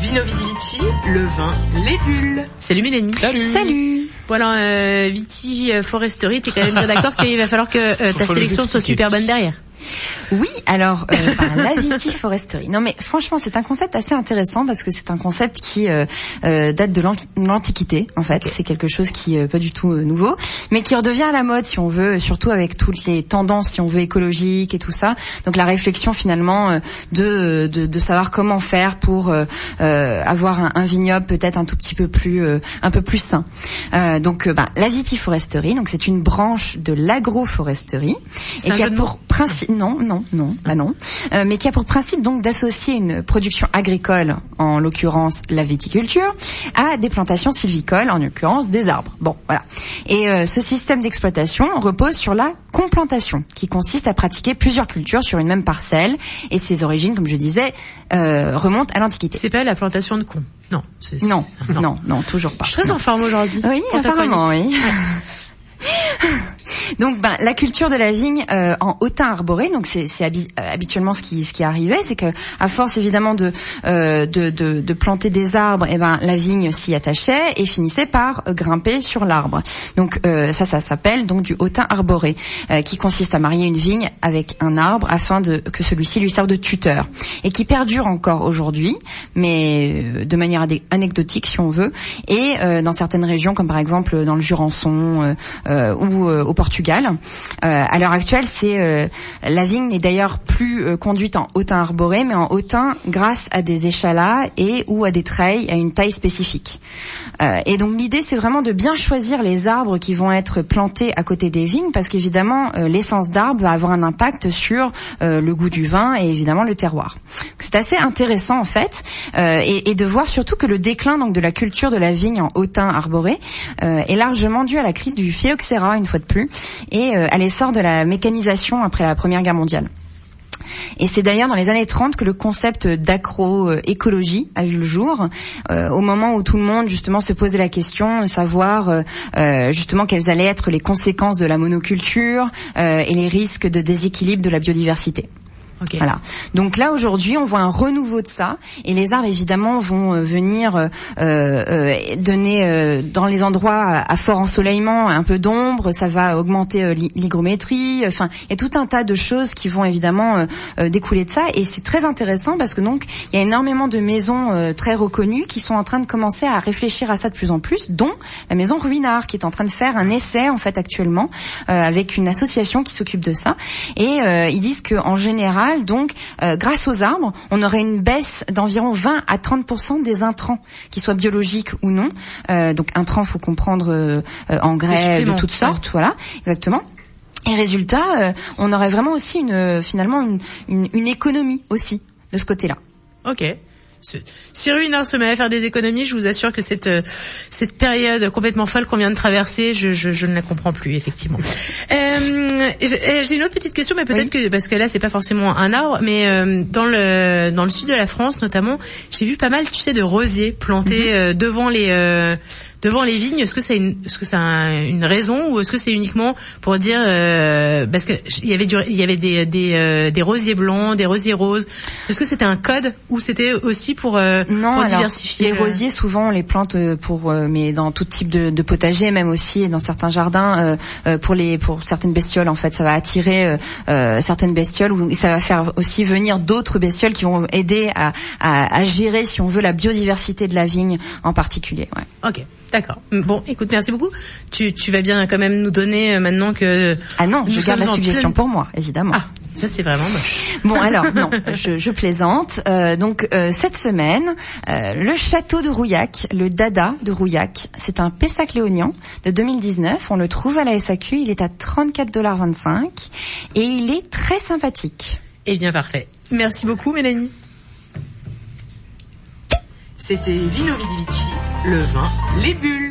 Vino Vidi Vici, le vin, les bulles. Salut Mélanie. Salut. Bon alors, Viti Foresterie, t'es quand même bien d'accord qu'il va falloir que ta sélection soit super bonne derrière. Oui, alors la vitiforesterie. Non mais franchement, c'est un concept assez intéressant parce que c'est un concept qui date de l'Antiquité en fait. Okay. C'est quelque chose qui pas du tout nouveau, mais qui redevient à la mode si on veut, surtout avec toutes les tendances si on veut écologiques et tout ça. Donc la réflexion finalement de savoir comment faire pour avoir un vignoble peut-être un tout petit peu plus sain. Donc la vitiforesterie, donc c'est une branche de l'agroforesterie et qui a pour principe mais qui a pour principe donc d'associer une production agricole, en l'occurrence la viticulture, à des plantations sylvicoles, en l'occurrence des arbres. Bon, voilà. Et ce système d'exploitation repose sur la complantation, qui consiste à pratiquer plusieurs cultures sur une même parcelle, et ses origines, comme je disais, remontent à l'Antiquité. C'est pas la plantation de con. Non, non, toujours pas. Je suis très en forme aujourd'hui. Oui, apparemment, oui. Donc, la culture de la vigne en hautain arboré, donc c'est habituellement ce qui arrivait, c'est que à force évidemment de planter des arbres, la vigne s'y attachait et finissait par grimper sur l'arbre. Donc ça s'appelle donc du hautain arboré, qui consiste à marier une vigne avec un arbre afin que celui-ci lui serve de tuteur, et qui perdure encore aujourd'hui, mais de manière anecdotique si on veut, et dans certaines régions comme par exemple dans le Jurançon ou au Portugal. À l'heure actuelle, la vigne n'est d'ailleurs plus conduite en hautain arboré, mais en hautain grâce à des échalas ou à des treilles à une taille spécifique. Et donc l'idée, c'est vraiment de bien choisir les arbres qui vont être plantés à côté des vignes, parce qu'évidemment, l'essence d'arbre va avoir un impact sur le goût du vin et évidemment le terroir. C'est assez intéressant en fait, et de voir surtout que le déclin donc de la culture de la vigne en hautain arboré est largement dû à la crise du phylloxéra, une fois de plus, et à l'essor de la mécanisation après la Première Guerre mondiale. Et c'est d'ailleurs dans les années 30 que le concept d'agroécologie a vu le jour, au moment où tout le monde justement se posait la question de savoir justement quelles allaient être les conséquences de la monoculture et les risques de déséquilibre de la biodiversité. Okay. Voilà. Donc là aujourd'hui, on voit un renouveau de ça, et les arbres évidemment vont venir donner dans les endroits à fort ensoleillement un peu d'ombre. Ça va augmenter l'hygrométrie. Enfin, il y a tout un tas de choses qui vont évidemment découler de ça, et c'est très intéressant parce que donc il y a énormément de maisons très reconnues qui sont en train de commencer à réfléchir à ça de plus en plus, dont la maison Ruinart qui est en train de faire un essai en fait actuellement avec une association qui s'occupe de ça, et ils disent que en général, donc, grâce aux arbres, on aurait une baisse d'environ 20 à 30% des intrants, qu'ils soient biologiques ou non. Donc, intrants, faut comprendre engrais de toutes sortes, voilà, exactement. Et résultat, on aurait vraiment aussi une économie aussi de ce côté-là. Ok. Si Ruinart se met à faire des économies, je vous assure que cette période complètement folle qu'on vient de traverser, je ne la comprends plus, effectivement. J'ai une autre petite question, mais peut-être que, parce que là c'est pas forcément un arbre, mais dans le sud de la France notamment, j'ai vu pas mal, tu sais, de rosiers plantés devant les vignes. Est-ce que c'est une raison, ou est-ce que c'est uniquement pour dire parce que il y avait des rosiers blancs, des rosiers roses. Est-ce que c'était un code, ou c'était aussi pour diversifier? Les rosiers, souvent on les plante mais dans tout type de potager, même aussi dans certains jardins, pour certaines bestioles en fait. Ça va attirer certaines bestioles, ou ça va faire aussi venir d'autres bestioles qui vont aider à gérer, si on veut, la biodiversité de la vigne en particulier. Ouais. Ok. D'accord. Bon, écoute, merci beaucoup. Tu vas bien quand même nous donner maintenant que... Ah non, je garde la suggestion pour moi, évidemment. Ah, ça c'est vraiment moche. Bon, alors, non, je plaisante. Donc, cette semaine, le château de Rouillac, le Dada de Rouillac, c'est un Pessac léognan de 2019. On le trouve à la SAQ, il est à 34,25 $, et il est très sympathique. Eh bien, parfait. Merci beaucoup, Mélanie. C'était Vino Vidi Vici, le vin, les bulles.